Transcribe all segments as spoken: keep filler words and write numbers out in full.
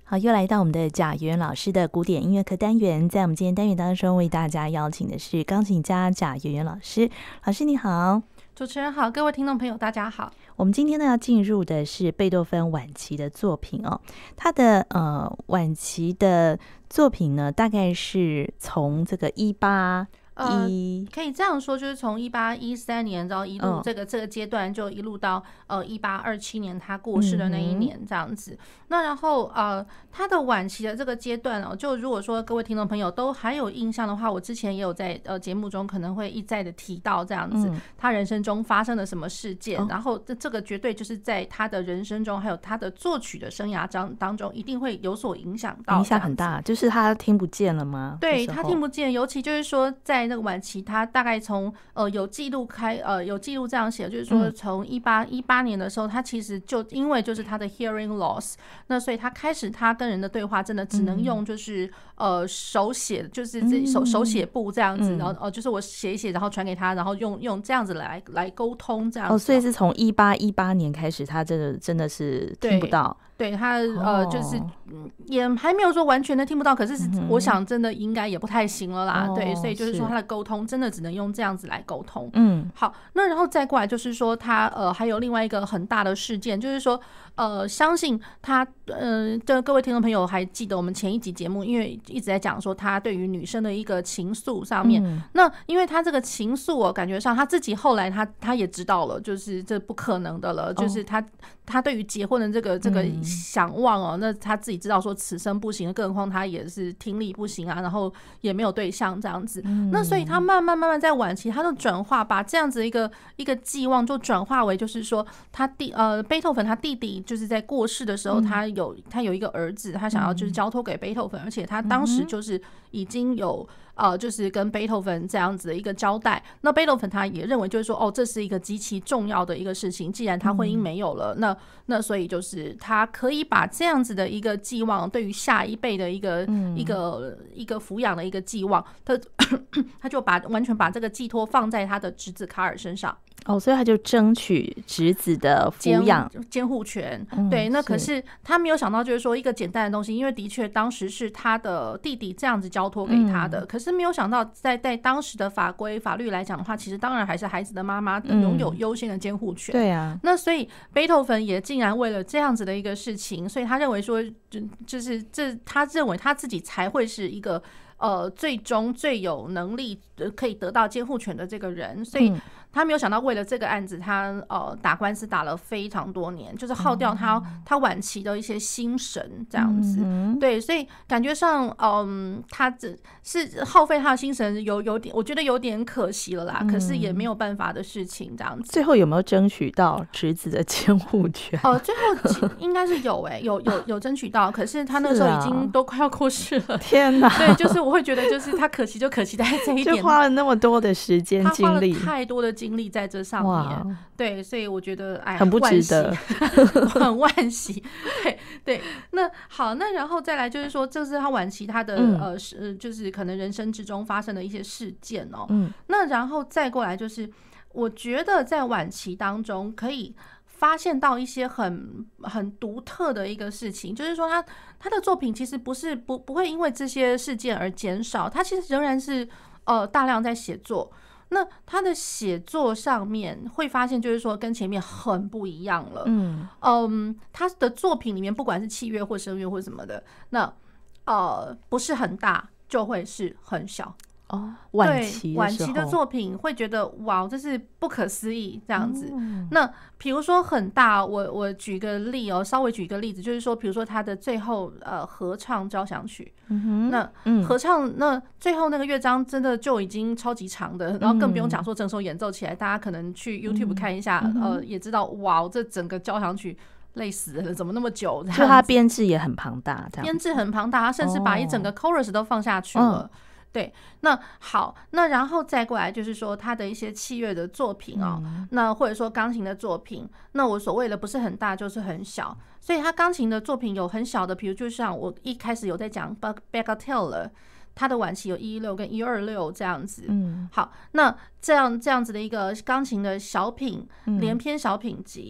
好，又来到我们的贾元老师的古典音乐课单元，在我们今天单元当中为大家邀请的是钢琴家贾元元老师。老师你好。 主持人好，各位听众朋友大家好。 我们今天呢要进入的是贝多芬晚期的作品哦，他的呃晚期的作品呢，大概是从这个一八呃，可以这样说，就是从一八一三年，然后一路这个、嗯、这个阶段，就一路到呃一八二七年他过世的那一年这样子。嗯、那然后呃，他的晚期的这个阶段哦，就如果说各位听众朋友都还有印象的话，我之前也有在呃节目中可能会一再的提到这样子，嗯、他人生中发生了什么事件，哦、然后这这个绝对就是在他的人生中，还有他的作曲的生涯当当中，一定会有所影响到， 影响很大。就是他听不见了吗？ 对，他听不见，尤其就是说在那个晚期，他大概从呃有记录开呃有记录这样写，就是说从一八一八年的时候，他其实就因为就是他的 hearing loss， 那所以他开始他跟人的对话真的只能用就是呃手写，就是这手手写簿这样子，然后呃就是我写一写，然后传给他，然后用用这样子来来沟通这样子。 哦，所以是从一八一八年开始，他真的真的是听不到。 对他呃，就是也还没有说完全的听不到，可是我想真的应该也不太行了啦。对，所以就是说他的沟通真的只能用这样子来沟通。嗯，好，那然后再过来就是说他呃还有另外一个很大的事件，就是说呃相信他呃这各位听众朋友还记得我们前一集节目，因为一直在讲说他对于女生的一个情愫上面，嗯、那因为他这个情愫我感觉上他自己后来他他也知道了，就是这不可能的了，就是他他对于结婚的这个这个。想望哦，那他自己知道说此生不行，更何况他也是听力不行啊，然后也没有对象这样子。嗯、那所以他慢慢慢慢在晚期，他就转化，把这样子一个一个寄望就转化为，就是说他弟呃贝多芬他弟弟就是在过世的时候，嗯、他有他有一个儿子，他想要就是交托给贝多芬，而且他当时就是已经有。呃，就是跟贝多芬这样子的一个交代，那贝多芬他也认为就是说，哦，这是一个极其重要的一个事情。既然他婚姻没有了，嗯、那那所以就是他可以把这样子的一个寄望，对于下一辈的一个、嗯、一个一个抚养的一个寄望，他他就把完全把这个寄托放在他的侄子卡尔身上。 哦，所以他就争取侄子的抚养监护权。嗯、对，那可是他没有想到，就是说一个简单的东西，因为的确当时是他的弟弟这样子交托给他的，嗯、可是没有想到在，在在当时的法规法律来讲的话，其实当然还是孩子的妈妈拥有优先的监护权。嗯、 对啊， 那所以贝多芬也竟然为了这样子的一个事情，所以他认为说，就就是这，他认为他自己才会是一个呃最终最有能力可以得到监护权的这个人，所以。他没有想到，为了这个案子，他呃打官司打了非常多年，就是耗掉他、嗯、他晚期的一些心神这样子。嗯、对，所以感觉上，嗯，他只是耗费他的心神有有点，我觉得有点可惜了啦。嗯、可是也没有办法的事情，这样子。 最后有没有争取到侄子的监护权？ 哦，最后应该是有哎、欸，有有有争取到，可是他那时候已经都快要过世了。 天哪！ 对，就是我会觉得，就是他可惜就可惜在这一点， 就花了那么多的时间精力， 太多的精。精力在这上面，对，所以我觉得哎， 很不值得， 很惋惜。对对，那好，那然后再来就是说，这是他晚期他的、嗯、呃是就是可能人生之中发生的一些事件哦。嗯，那然后再过来就是，我觉得在晚期当中可以发现到一些很很独特的一个事情，就是说他他的作品其实不是不不会因为这些事件而减少，他其实仍然是呃大量在写作。那他的写作上面会发现，就是说跟前面很不一样了。嗯嗯，他的作品里面，不管是器乐或声乐或什么的，那呃不是很大，就会是很小。 哦，晚期的晚期的作品会觉得哇，这是不可思议这样子。嗯、那比如说很大，我我举个例哦，稍微举个例子，就是说，比如说他的最后呃合唱交响曲，嗯哼，那合唱、嗯、那最后那个乐章真的就已经超级长的，然后更不用讲说整首演奏起来，大家可能去 YouTube 看一下，嗯、呃，也知道哇，这整个交响曲。累死了，怎么那么久？ 就他编制也很庞大， 编制很庞大，他甚至把一整个 chorus 都放下去了。哦对，那好，那然后再过来就是说他的一些器乐的作品哦，嗯、那或者说钢琴的作品，那我所谓的不是很大就是很小，所以他钢琴的作品有很小的，比如就像我一开始有在讲 Bagatelle， 他的晚期有一一六跟一二六这样子，嗯，好，那这样这样子的一个钢琴的小品连篇小品集。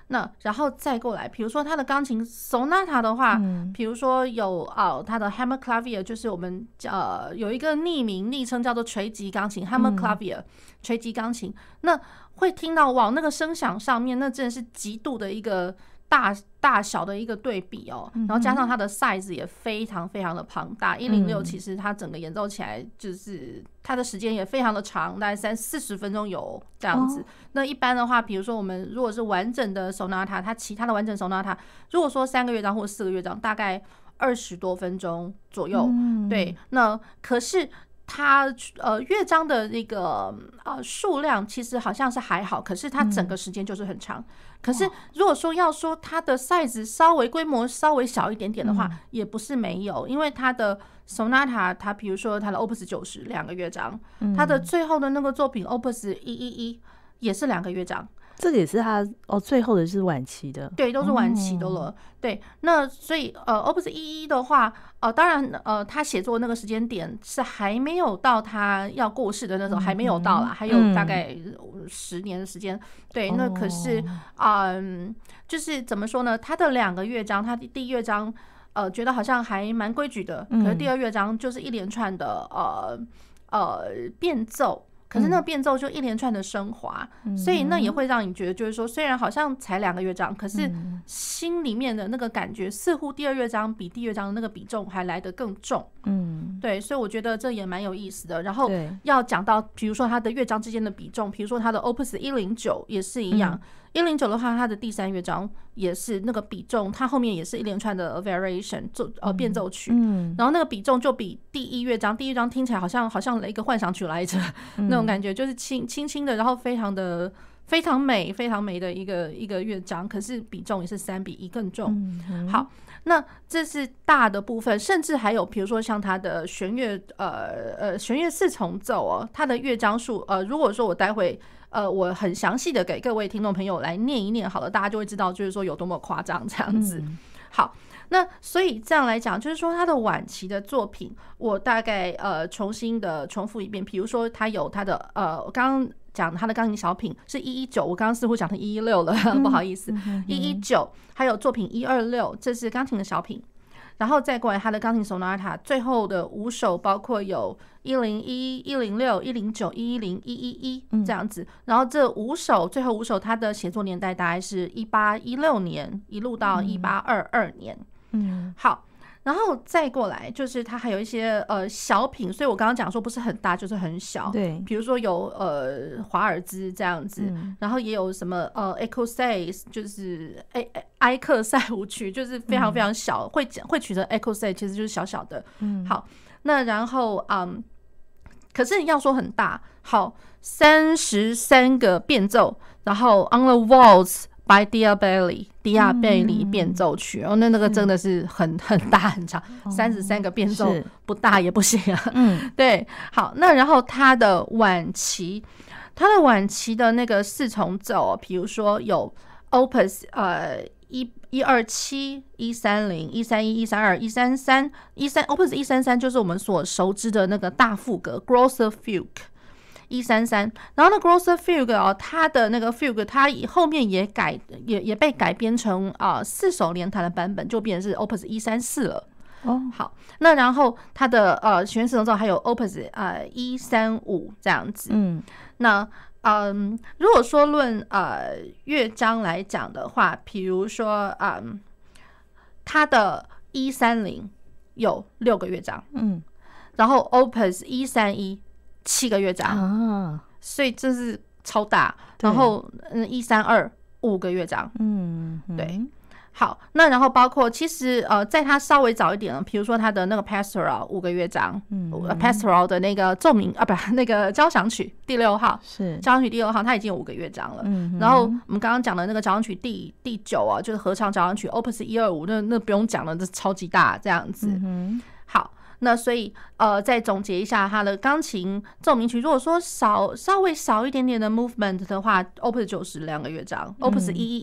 那然后再过来，比如说他的钢琴 sonata 的话，嗯、比如说有哦，他的 hammer clavier， 就是我们呃有一个匿名昵称叫做锤击钢琴 hammer clavier，、嗯、锤击钢琴，那会听到哇，那个声响上面那真的是极度的一个大大小的一个对比哦，然后加上它的 size 也非常非常的庞大，一零六其实它整个演奏起来就是它的时间也非常的长，大概三四十分钟有这样子。哦、那一般的话，比如说我们如果是完整的 sonata， 它其他的完整 sonata， 如果说三个乐章或四个乐章，大概二十多分钟左右。嗯、对，那可是。它呃乐章的那个呃数量其实好像是还好，可是它整个时间就是很长。嗯、可是如果说要说它的 size 稍微规模稍微小一点点的话，嗯、也不是没有，因为它的 sonata 它比如说它的 opus 九十两个乐章，嗯、它的最后的那个作品 opus 一一一也是两个乐章。 这个也是他哦，最后的是晚期的， 对，都是晚期的了。哦、对，那所以呃 ，Opus 一一的话，呃，当然呃，他写作那个时间点是还没有到他要过世的那种，嗯、还没有到啦，还有大概十年的时间。嗯、对，那可是嗯、呃，就是怎么说呢？他的两个乐章，他第一乐章呃，觉得好像还蛮规矩的，可是第二乐章就是一连串的呃呃变奏。可是那个变奏就一连串的升华，嗯、所以那也会让你觉得，就是说，虽然好像才两个乐章，可是心里面的那个感觉，似乎第二乐章比第一乐章的那个比重还来得更重。嗯，对，所以我觉得这也蛮有意思的。然后要讲到，比如说它的乐章之间的比重，比如说它的 Opus 一零九也是一样。一零九的话，它的第三乐章也是那个比重，它后面也是一连串的 variation 奏呃变奏曲，嗯，然后那个比重就比第一乐章，第一乐章听起来好像好像一个幻想曲来着，嗯、那种感觉，就是轻轻轻的，然后非常的非常美，非常美的一个一个乐章，可是比重也是三比一更重。嗯、好，那这是大的部分，甚至还有比如说像它的弦乐，呃呃弦乐四重奏哦，它的乐章数，呃，如果说我待会。呃，我很详细的给各位听众朋友来念一念好了，大家就会知道就是说有多么夸张这样子。嗯、好，那所以这样来讲，就是说他的晚期的作品，我大概呃重新的重复一遍。比如说他有他的呃，我刚刚讲他的钢琴小品是一一九，我刚刚似乎讲成一一六了，嗯、不好意思，一一九，还有作品一二六，这是钢琴的小品。然后再过来他的钢琴 sonata 最后的五首包括有一零一、一零六、一零九、一一零、一一一这样子，然后这五首最后五首他的写作年代大概是一八一六年一路到一八二二年。嗯，好。然后再过来就是它还有一些呃小品，所以我刚刚讲说不是很大就是很小，对，比如说有呃华尔兹这样子，嗯、然后也有什么呃 Écossais 就是埃埃克塞舞曲，就是非常非常小，嗯、会会取得 Écossais 其实就是小小的，嗯，好，那然后嗯，可是要说很大，好，三十三个变奏，然后 On the Waltz。by Dia Bailey 迪亚贝里变奏曲，哦，那那个真的是很很大很长，三十三个变奏不大也不行啊。嗯，对，好，那然后他的晚期，他的晚期的那个四重奏，比如说有 Opus 呃一一二七、一三零、一三一、一三二、一三三、一三 Opus 一三三就是我们所熟知的那个大副歌 Grosser Fugue。一三三，然后那 Grosser Fugue 哦，它的那个 Fugue， 它后面也改，也也被改编成啊、呃、四手连弹的版本，就变成是 Opus 一三四了。哦，好，那然后它的呃弦乐四重奏还有 Opus 呃一三五这样子。嗯，那嗯，如果说论呃乐章来讲的话，比如说嗯，它的一三零有六个乐章，嗯，然后 Opus 一三一。七个乐章啊，所以这是超大。然后嗯，一三二五个乐章，嗯，对。好，那然后包括其实呃，在它稍微早一点了，比如说它的那个 Pastoral 五个乐章，嗯 ，Pastoral 的那个奏鸣啊，不，那个交响曲第六号是交响曲第六号，它已经有五个乐章了。嗯，然后我们刚刚讲的那个交响曲第第九啊，就是合唱交响曲 Opus 一二五，那那不用讲了，这超级大这样子。嗯，好。那所以呃，再总结一下他的钢琴奏鸣曲，如果说少稍微少一点点的 movement 的话 ，Opus 九十两个乐章、嗯、，Opus 一一一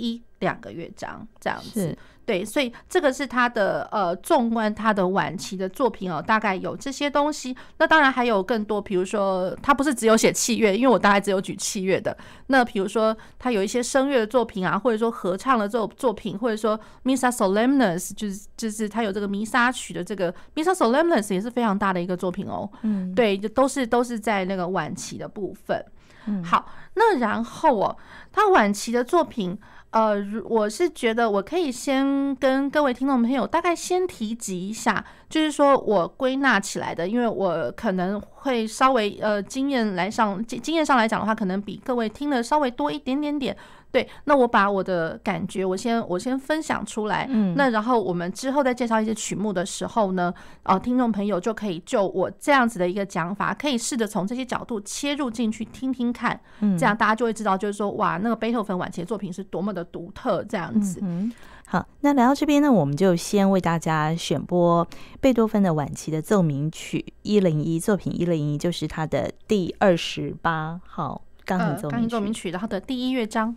两个乐章这样子。对，所以这个是他的呃，纵观他的晚期的作品哦，大概有这些东西。那当然还有更多，比如说他不是只有写器乐，因为我大概只有举器乐的。那比如说他有一些声乐的作品啊，或者说合唱的这种作品，或者说 Missa Solemnis， 就是就是他有这个弥撒曲的这个 Missa Solemnis 也是非常大的一个作品哦。嗯，对，就都是都是在那个晚期的部分。嗯，好，那然后哦，他晚期的作品。呃，我是觉得我可以先跟各位听众朋友大概先提及一下，就是说我归纳起来的，因为我可能会稍微呃经验来上经验上来讲的话，可能比各位听的稍微多一点点点。对，那我把我的感觉我先我先分享出来，嗯，那然后我们之后再介绍一些曲目的时候呢，呃，听众朋友就可以就我这样子的一个讲法，可以试着从这些角度切入进去听听看，嗯，这样大家就会知道，就是说哇，那个贝多芬晚期的作品是多么的独特，这样子。嗯， 好，那来到这边呢，我们就先为大家选播贝多芬的晚期的奏鸣曲一零一作品一零一，就是他的第二十八号钢琴奏鸣曲，呃、钢琴奏鸣曲，然后的第一乐章。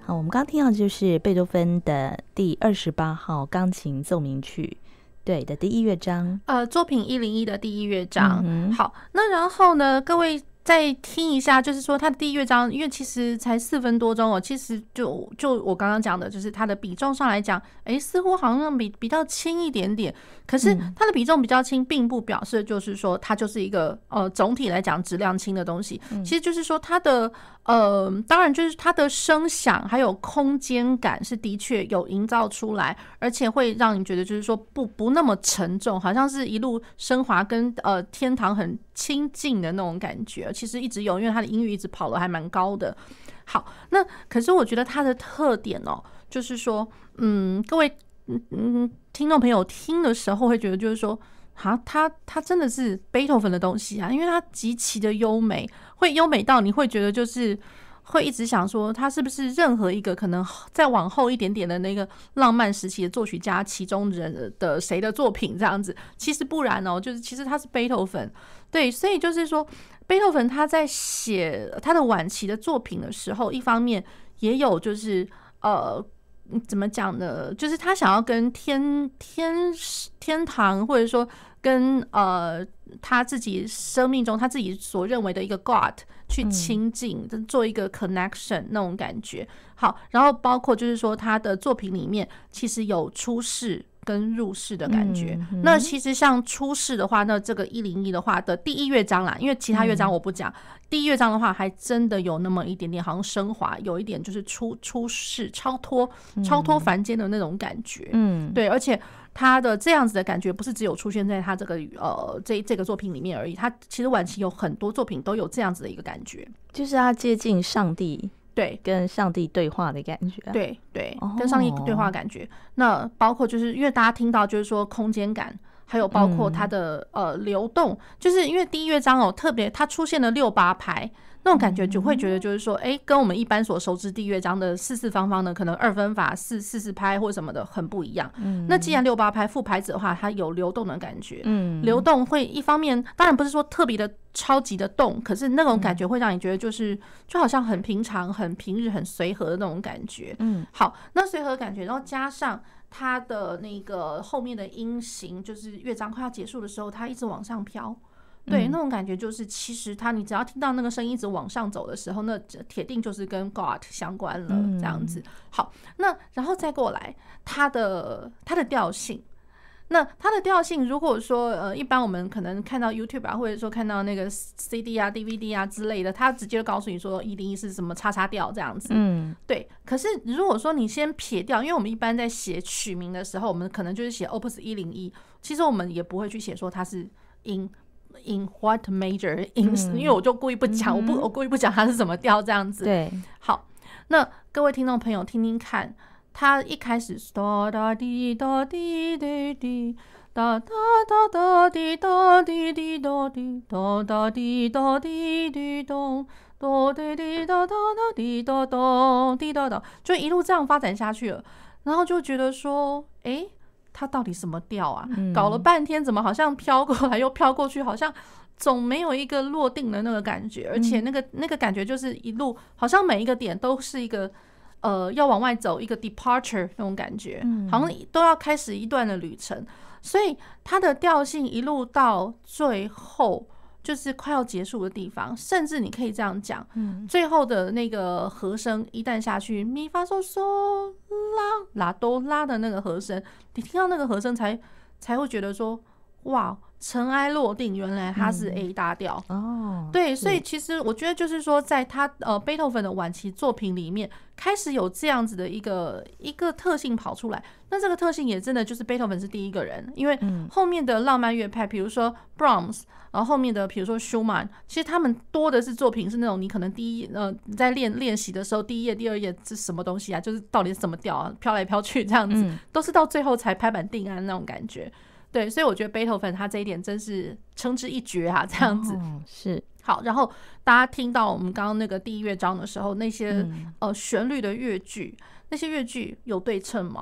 好，我们刚刚听到的就是贝多芬的第二十八号钢琴奏鸣曲，对的第一乐章， 呃，作品一零一的第一乐章。嗯、好，那然后呢，各位再听一下，就是说它的第一乐章，因为其实才四分多钟哦，其实就就我刚刚讲的，就是它的比重上来讲，哎，似乎好像比比较轻一点点。可是它的比重比较轻，并不表示就是说它就是一个呃总体来讲质量轻的东西。其实就是说它的呃，当然就是它的声响还有空间感是的确有营造出来，而且会让你觉得就是说不不那么沉重，好像是一路升华跟呃天堂很亲近的那种感觉。其实一直有，因为它的音域一直跑得还蛮高的。好，那可是我觉得它的特点哦，就是说，嗯，各位嗯听众朋友听的时候会觉得就是说，啊，它它真的是贝多芬的东西啊，因为它极其的优美，会优美到你会觉得就是会一直想说，它是不是任何一个可能再往后一点点的那个浪漫时期的作曲家其中人的谁的作品这样子？其实不然哦，就是其实他是贝多芬，对，所以就是说，贝多芬他在写他的晚期的作品的时候，一方面也有就是呃。怎么讲呢？就是他想要跟天天天堂，或者说跟呃他自己生命中他自己所认为的一个 God 去亲近，嗯、做一个 connection 那种感觉。好，然后包括就是说他的作品里面其实有出世跟入世的感觉。嗯嗯、那其实像出世的话，那这个一零一的话的第一乐章啦，因为其他乐章我不讲。嗯第一乐章的话，还真的有那么一点点，好像升华，有一点就是出出世、超脱、超脱凡间的那种感觉。嗯，对，而且他的这样子的感觉，不是只有出现在他这个呃这这个作品里面而已。他其实晚期有很多作品都有这样子的一个感觉， 就是他接近上帝， 对， 跟上帝对话的感觉。 对对，跟上帝对话的感觉。哦、那包括就是因为大家听到就是说空间感。还有包括它的、嗯、呃流动，就是因为第一乐章哦，特别它出现了六八拍那种感觉，就会觉得就是说，哎、欸，跟我们一般所熟知第一乐章的四四方方的可能二分法四四四拍或什么的很不一样。嗯，那既然六八拍副拍子的话，它有流动的感觉，嗯，流动会一方面当然不是说特别的超级的动，可是那种感觉会让你觉得就是就好像很平常、很平日、很随和的那种感觉。嗯，好，那随和感觉，然后加上。它的那个后面的音型，就是乐章快要结束的时候，它一直往上飘，对，嗯、那种感觉就是，其实它你只要听到那个声音一直往上走的时候，那铁定就是跟 God 相关了，这样子。好，那然后再过来它的它的调性。那它的调性，如果说呃，一般我们可能看到 YouTube 啊，或者说看到那个 C D 啊、D V D 啊之类的，它直接告诉你说一零一是什么叉叉调这样子。嗯，对。可是如果说你先撇掉，因为我们一般在写曲名的时候，我们可能就是写 Opus 一零一，其实我们也不会去写说它是 in in what major in，、嗯、因为我就故意不讲，嗯、我不我故意不讲它是什么调这样子。 对。 好，那各位听众朋友听听看。他一开始哒哒滴哒滴滴滴哒哒哒哒滴哒滴滴哒滴哒哒滴哒滴滴咚哒滴滴哒哒哒滴哒咚滴哒哒，就一路这样发展下去了。然后就觉得说，哎，他到底什么调啊？嗯、搞了半天，怎么好像飘过来又飘过去，好像总没有一个落定的那个感觉，而且那个那个感觉就是一路好像每一个点都是一个。呃，要往外走一个 departure 那种感觉，好像都要开始一段的旅程，所以它的调性一路到最后，就是快要结束的地方，甚至你可以这样讲，最后的那个和声一旦下去，咪发嗦嗦拉拉哆拉的那个和声，你听到那个和声才才会觉得说，哇。尘埃落定，原来它是 A 大调、嗯、哦。对，所以其实我觉得就是说，在他呃贝多芬的晚期作品里面，开始有这样子的一个一个特性跑出来。那这个特性也真的就是贝多芬是第一个人，因为后面的浪漫乐派，比如说 Brahms， 然后后面的比如说 Schumann， 其实他们多的是作品是那种你可能第一呃在练练习的时候，第一页、第二页这是什么东西啊？就是到底是什么调啊？飘来飘去这样子，都是到最后才拍板定案那种感觉。对，所以我觉得贝多芬他这一点真是称之一绝啊，这样子、 哦、是好。然后大家听到我们刚刚那个第一乐章的时候，那些、嗯、呃旋律的乐句，那些乐句有对称吗？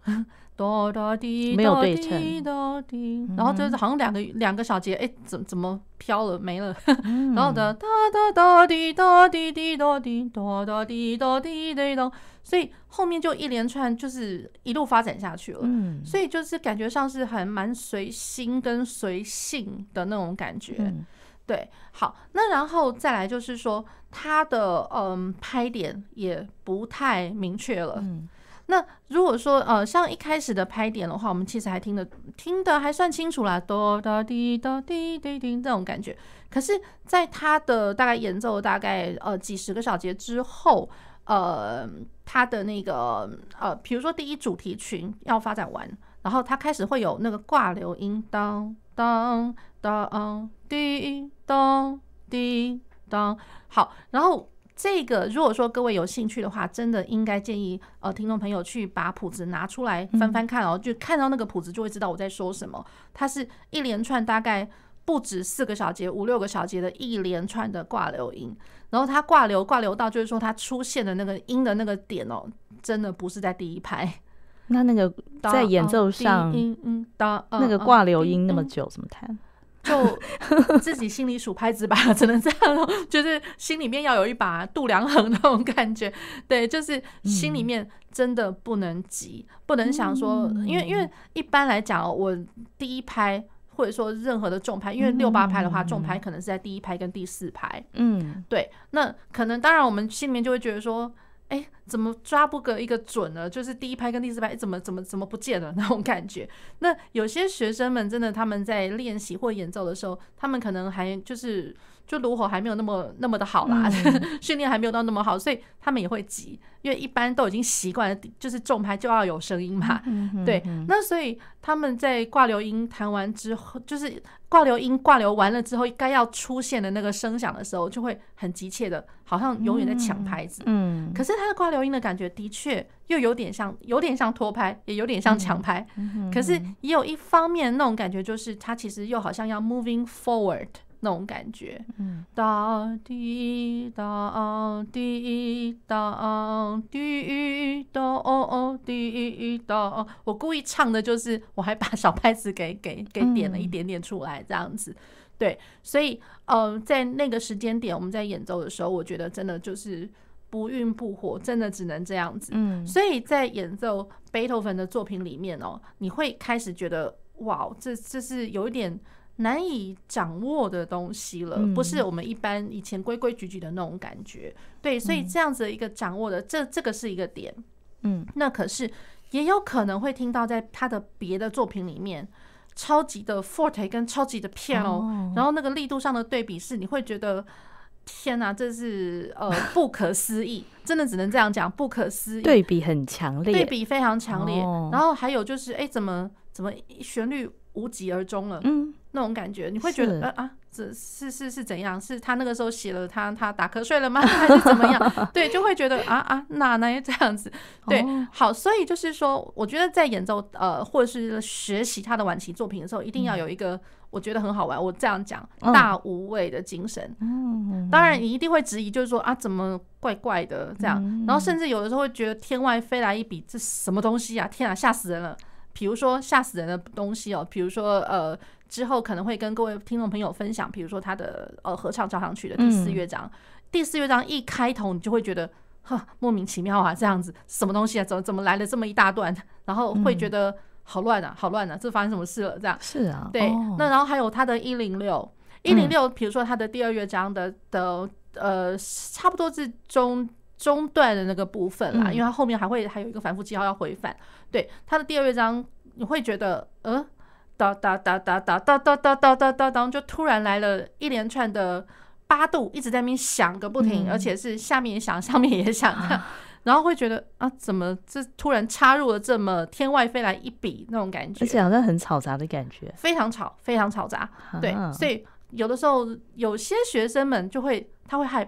哆哆滴没有对称， 然后就是好像两个两个小节，哎，怎怎么飘了没了？然后的哒哒哒滴哒滴滴哒滴哆哆滴哒滴滴咚，所以后面就一连串就是一路发展下去了。嗯，所以就是感觉上是很蛮随心跟随性的那种感觉。嗯，对，好，那然后再来就是说它的嗯拍点也不太明确了。嗯。那如果说呃，像一开始的拍点的话，我们其实还听得听得还算清楚啦，哆哒滴哒滴滴滴这种感觉。可是，在他的大概演奏大概呃几十个小节之后，呃，他的那个呃，比如说第一主题曲要发展完，然后他开始会有那个挂留音，当当当滴当滴当，好，然后。这个如果说各位有兴趣的话，真的应该建议呃听众朋友去把谱子拿出来翻翻看哦，就看到那个谱子就会知道我在说什么。它是一连串大概不止四个小节、五六个小节的一连串的挂留音，然后它挂留挂留到就是说它出现的那个音的那个点哦，真的不是在第一拍。 那那个在演奏上，那个挂留音那么久怎么弹？ 就自己心里数拍子吧，只能这样，就是心里面要有一把度量衡那种感觉。对，就是心里面真的不能急，不能想说，因为因为一般来讲，我第一拍或者说任何的重拍，因为六八拍的话，重拍可能是在第一拍跟第四拍。嗯，对，那可能当然我们心里面就会觉得说。哎，怎么抓不个一个准呢？就是第一拍跟第四拍，怎么怎么怎么不见了那种感觉。那有些学生们真的他们在练习或演奏的时候，他们可能还就是就炉火还没有那么那么的好啦，嗯、训练还没有到那么好，所以他们也会急，因为一般都已经习惯了，就是重拍就要有声音嘛。嗯、哼哼对，那所以他们在挂留音弹完之后，就是挂留音挂留完了之后，该要出现的那个声响的时候，就会很急切的，好像永远在抢拍子。嗯，可是他的挂留音的感觉的确又有点像，有点像拖拍，也有点像抢拍。嗯、可是也有一方面那种感觉，就是他其实又好像要 moving forward。那种感觉，嗯，哒滴哒滴哒滴哒哦滴哒，我故意唱的就是，我还把小拍子给给给点了一点点出来，这样子，对，所以呃，在那个时间点，我们在演奏的时候，我觉得真的就是不愠不火，真的只能这样子，嗯，所以在演奏贝多芬的作品里面哦，你会开始觉得，哇，这这是有一点。难以掌握的东西了，不是我们一般以前规规矩矩的那种感觉。对，所以这样子的一个掌握的，这这个是一个点。嗯，那可是也有可能会听到在他的别的作品里面，超级的 forte 跟超级的 piano，、哦、然后那个力度上的对比是，你会觉得天哪，这是呃不可思议，真的只能这样讲，不可思议。 对比很强烈， 对比非常强烈。哦、然后还有就是，哎，怎么怎么旋律无疾而终了？嗯。那种感觉，你会觉得呃啊，这是是是怎样？是他那个时候写了他他打瞌睡了吗？还是怎么样？对，就会觉得啊啊，那那这样子。对，好，所以就是说，我觉得在演奏呃或者是学习他的晚期作品的时候，一定要有一个我觉得很好玩，我这样讲大无畏的精神。嗯，当然你一定会质疑，就是说啊，怎么怪怪的这样？然后甚至有的时候会觉得天外飞来一笔，这什么东西啊？天啊，吓死人了！比如说吓死人的东西哦，比如说呃。之后可能会跟各位听众朋友分享，比如说他的呃合唱交响曲的第四乐章，嗯、第四乐章一开头你就会觉得，呵，莫名其妙啊，这样子什么东西啊，怎么怎么来了这么一大段，然后会觉得好乱啊，好乱啊，这发生什么事了？这样是啊， 对，哦、那然后还有他的一零六，一零六，比如说他的第二乐章的的呃，差不多是中中段的那个部分啦，嗯、因为他后面还会还有一个反复记号要回返，对，他的第二乐章你会觉得，呃。哒哒哒哒哒哒哒哒哒哒哒哒，就突然来了一连串的八度，一直在那边响个不停，嗯、而且是下面也响，上面也响，啊、然后会觉得啊，怎么这突然插入了这么天外飞来一笔那种感觉， 而且好像很嘈杂的感觉， 非常吵，非常嘈杂。对，所以有的时候有些学生们就会他会害怕，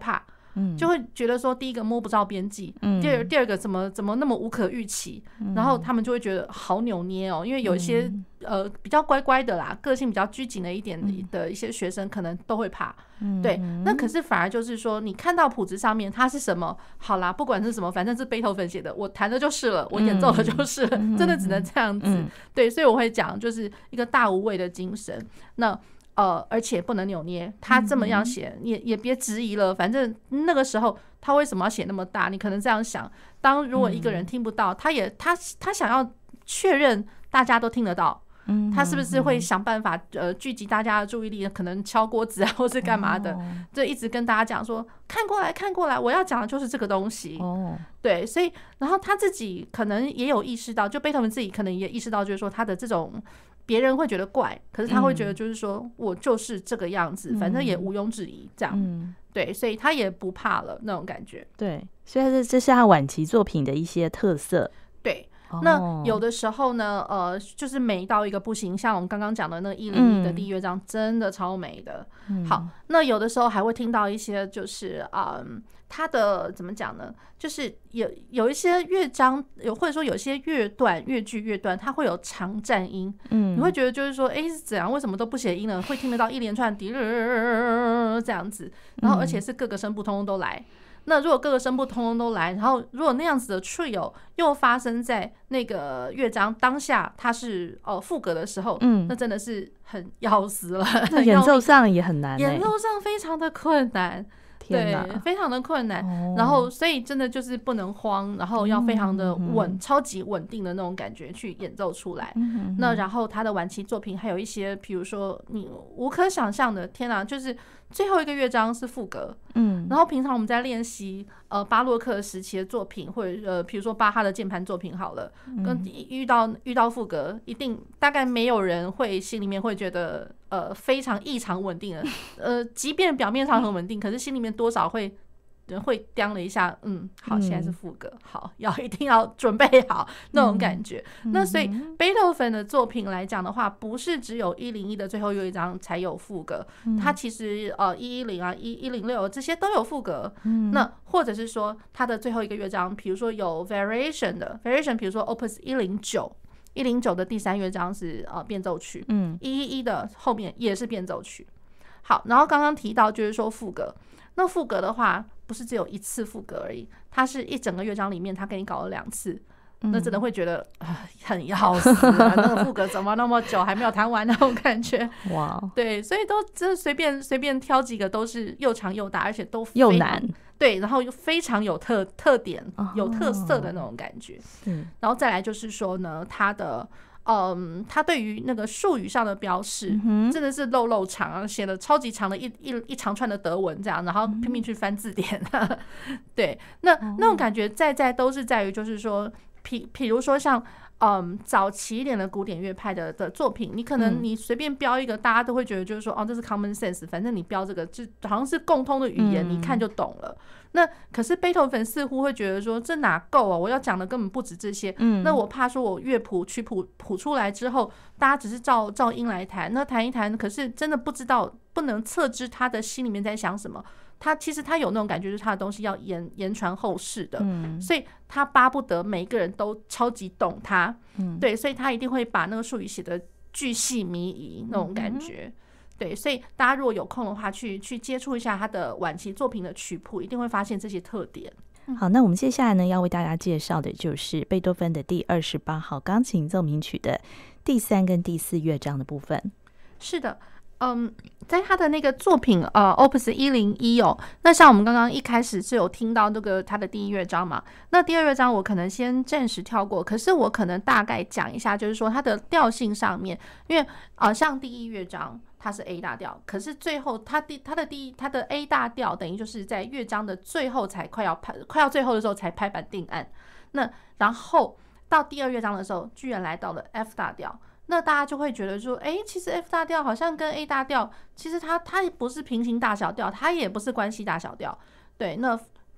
嗯，就会觉得说第一个摸不着边际，嗯，第二第二个怎么怎么那么无可预期，嗯，然后他们就会觉得好扭捏哦，因为有一些、嗯、呃比较乖乖的啦，个性比较拘谨的一点的一些学生可能都会怕，嗯，对，那可是反而就是说你看到谱子上面它是什么，好啦，不管是什么，反正是贝多芬写的，我弹的就是了，我演奏的就是了，嗯、真的只能这样子，嗯、对，所以我会讲就是一个大无畏的精神，那。呃，而且不能扭捏，他这么样写，嗯、也也别质疑了。反正那个时候他为什么要写那么大？你可能这样想：当如果一个人听不到，嗯、他也他他想要确认大家都听得到，嗯、他是不是会想办法呃聚集大家的注意力？可能敲锅子啊，或是干嘛的？哦、就一直跟大家讲说：看过来，看过来，我要讲的就是这个东西。哦，对，所以然后他自己可能也有意识到，就贝多芬自己可能也意识到，就是说他的这种。别人会觉得怪，可是他会觉得就是说、嗯、我就是这个样子，反正也毋庸置疑这样、嗯、对，所以他也不怕了那种感觉。 对，所以这这是他晚期作品的一些特色。 对，那有的时候呢呃，就是美到一个不行，像我们刚刚讲的那个一零一的第一乐章、嗯、真的超美的、嗯、好，那有的时候还会听到一些就是嗯它的怎么讲呢？就是有有一些乐章，有或者说有些乐段、乐句、乐段，它会有长战音。嗯，你会觉得就是说，哎，是怎样？为什么都不写音呢？会听得到一连串滴这样子，然后而且是各个声部通通都来。那如果各个声部通通都来，然后如果那样子的 trio 又发生在那个乐章当下，它是呃副歌的时候，嗯，那真的是很要死了。 那演奏上也很难、欸， 演奏上非常的困难。对，非常的困难、哦、然后所以真的就是不能慌，然后要非常的稳、嗯、超级稳定的那种感觉去演奏出来、嗯、那然后他的晚期作品还有一些比如说你无可想象的，天哪，就是最后一个乐章是副歌，嗯，然后平常我们在练习呃巴洛克时期的作品，或者呃比如说巴哈的键盘作品好了，跟遇到遇到副歌，一定大概没有人会心里面会觉得呃非常异常稳定的，呃即便表面上很稳定，可是心里面多少会会掂了一下，嗯，好，现在是副歌，好，要一定要准备好那种感觉。嗯、那所以贝多芬的作品来讲的话，不是只有一零一的最后一章才有副歌，嗯、它其实呃一一零啊、一一零六这些都有副歌。嗯、那或者是说它的最后一个乐章，比如说有 variation 的 variation， 比如说 Opus 一零九。一零九的第三乐章是呃变奏曲，嗯，一一一的后面也是变奏曲。好，然后刚刚提到就是说副歌，那副歌的话不是只有一次副歌而已，它是一整个乐章里面它给你搞了两次，嗯、那真的会觉得、呃、很要死啊！那个副歌怎么那么久还没有弹完那种感觉？哇，对，所以都真随便随便挑几个都是又长又大，而且都又难。 对，然后又非常有特特点、有特色的那种感觉。嗯，然后再来就是说呢，它的嗯，它对于那个术语上的标示，嗯、真的是漏漏长，写了超级长的一一一长串的德文这样，然后拼命去翻字典。嗯、对，那那种感觉在在都是在于就是说，譬譬如说像。嗯，早期一点的古典乐派的的作品，你可能你随便标一个，嗯、大家都会觉得就是说，哦，这是 common sense， 反正你标这个就好像是共通的语言，嗯、你一看就懂了。那可是贝多芬似乎会觉得说，这哪够啊？我要讲的根本不止这些。嗯、那我怕说我乐谱曲谱谱出来之后，大家只是照照音来弹，那弹一弹，可是真的不知道，不能测知他的心里面在想什么。他其实他有那种感觉，就是他的东西要言言传后世的，嗯、所以他巴不得每一个人都超级懂他，嗯、对，所以他一定会把那个术语写得巨细靡遗那种感觉，嗯、对，所以大家如果有空的话，去去接触一下他的晚期作品的曲谱，一定会发现这些特点。 好，那我们接下来呢，要为大家介绍的就是贝多芬的第二十八号钢琴奏鸣曲的第三跟第四乐章的部分。 是的。嗯，在他的那个作品呃 Opus 一零一哦，那像我们刚刚一开始是有听到那个他的第一乐章嘛，那第二乐章我可能先暂时跳过，可是我可能大概讲一下，就是说它的调性上面，因为呃像第一乐章它是 A 大调，可是最后它第它的第一它的 A 大调等于就是在乐章的最后才快要拍快要最后的时候才拍板定案，那然后到第二乐章的时候居然来到了 F 大调。那大家就会觉得说，哎，其实 F 大调好像跟 A 大调，其实它它不是平行大小调，它也不是关系大小调，对。那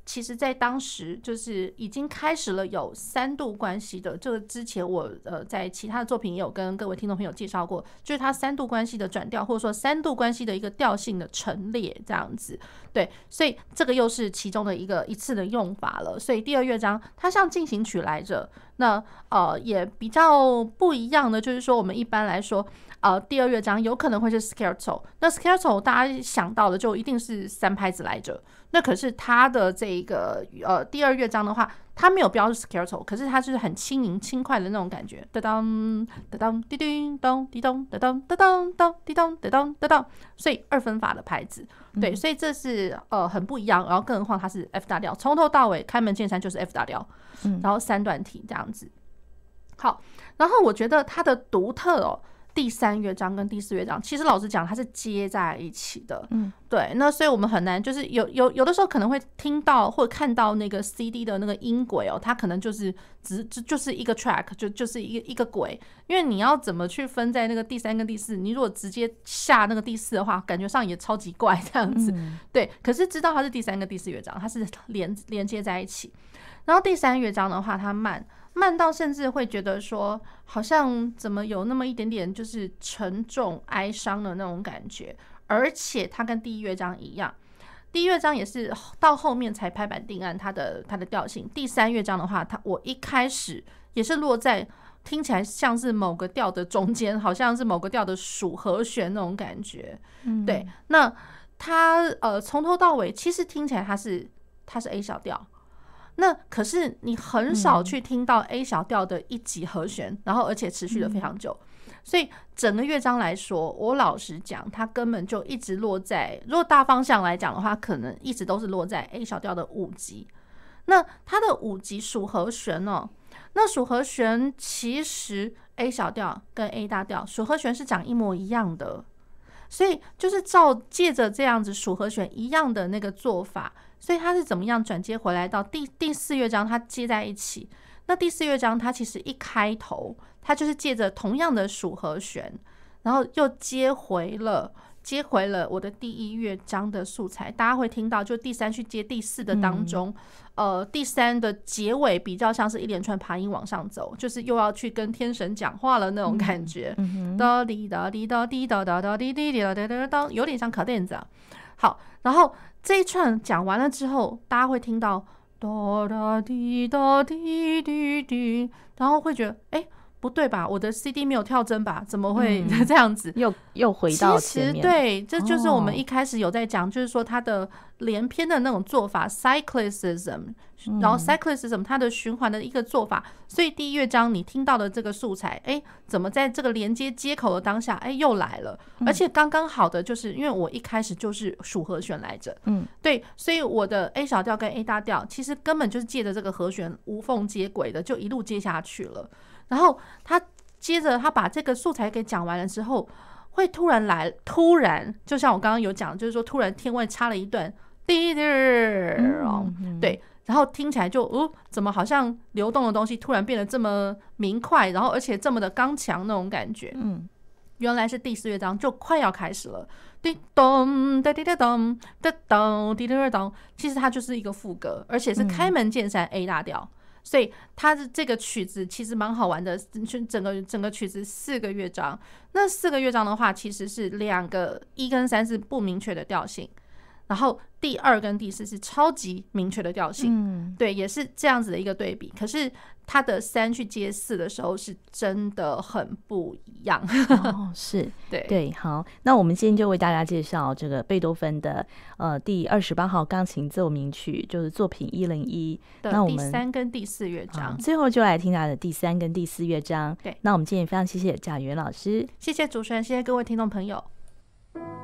其实在当时就是已经开始了有三度关系的，这个之前我呃在其他的作品也有跟各位听众朋友介绍过，就是它三度关系的转调，或者说三度关系的一个调性的陈列这样子。对，所以这个又是其中的一个一次的用法了。所以第二乐章它像进行曲来着，那呃也比较不一样的就是说，我们一般来说呃第二乐章有可能会是 scherzo， 那 scherzo 大家想到的就一定是三拍子来着。那可是它的这个呃第二乐章的话，它没有标是 scherzo， 可是它就是很轻盈轻快的那种感觉，哒当哒当滴叮咚滴咚哒当哒当当滴咚哒当哒当，所以二分法的拍子，对，所以这是呃很不一样。然后更何况它是 F 大调，从头到尾开门见山就是 F 大调，然后三段体这样子。好，然后我觉得它的独特哦。第三乐章跟第四乐章，其实老实讲，它是接在一起的。嗯，对。那所以我们很难，就是有有有的时候可能会听到或者看到那个 C D 的那个音轨哦，它可能就是只就就是一个 track， 就就是一个一个轨。因为你要怎么去分在那个第三跟第四，你如果直接下那个第四的话，感觉上也超级怪这样子。嗯、对，可是知道它是第三跟第四乐章，它是连连接在一起。然后第三乐章的话，它慢。慢到甚至会觉得说，好像怎么有那么一点点就是沉重哀伤的那种感觉，而且它跟第一乐章一样，第一乐章也是到后面才拍板定案它的它的调性。第三乐章的话，它我一开始也是落在听起来像是某个调的中间，好像是某个调的属和弦那种感觉。嗯、对，那它呃从头到尾其实听起来它是它是 A 小调。那可是你很少去听到 A 小调的一级和弦，然后而且持续的非常久，所以整个乐章来说，我老实讲，它根本就一直落在，如果大方向来讲的话，可能一直都是落在 A 小调的五级。那它的五级属和弦哦，那属和弦其实 A 小调跟 A 大调属和弦是长一模一样的，所以就是照借着这样子属和弦一样的那个做法。所以它是怎么样转接回来到第第四乐章，它接在一起。那第四乐章它其实一开头，它就是借着同样的属和弦，然后又接回了接回了我的第一乐章的素材。大家会听到，就第三去接第四的当中，嗯、呃，第三的结尾比较像是一连串爬音往上走，就是又要去跟天神讲话了那种感觉。哒滴哒滴哒滴哒哒哒滴滴哒哒哒哒，有点像卡电子啊。好，然后这一串讲完了之后，大家会听到哒哒滴哒滴滴滴，然后会觉得哎，不对吧？我的 C D 没有跳针吧？怎么会这样子？ 嗯、又又回到前面。 其实对，这就是我们一开始有在讲，哦、就是说它的连篇的那种做法 ，cyclicism， 然后 cyclicism 它的循环的一个做法。所以第一乐章你听到的这个素材，哎，怎么在这个连接接口的当下，哎，又来了，而且刚刚好的就是因为我一开始就是属和弦来着，嗯，对，所以我的 A 小调跟 A 大调其实根本就是借着这个和弦无缝接轨的，就一路接下去了。然后他接着他把这个素材给讲完了之后，会突然来，突然就像我刚刚有讲，就是说突然天外插了一段滴滴，嗯、对，然后听起来就哦，怎么好像流动的东西突然变得这么明快，然后而且这么的刚强那种感觉。嗯，原来是第四乐章就快要开始了，滴咚哒滴哒咚哒咚滴哒咚，其实它就是一个副歌，而且是开门见山 A 大调。所以它的这个曲子其实蛮好玩的，整个整个曲子四个乐章，那四个乐章的话，其实是两个一跟三是不明确的调性，然后第二跟第四是超级明确的调性，嗯，对，也是这样子的一个对比。可是它的三去接四的时候，是真的很不一样。 哦，是，对对，好，那我们今天就为大家介绍这个贝多芬的呃第二十八号钢琴奏鸣曲，就是作品一零一的第三跟第四乐章。 最后就来听他的第三跟第四乐章。 对， 那我们今天也非常谢谢贾元老师， 谢谢主持人，谢谢各位听众朋友。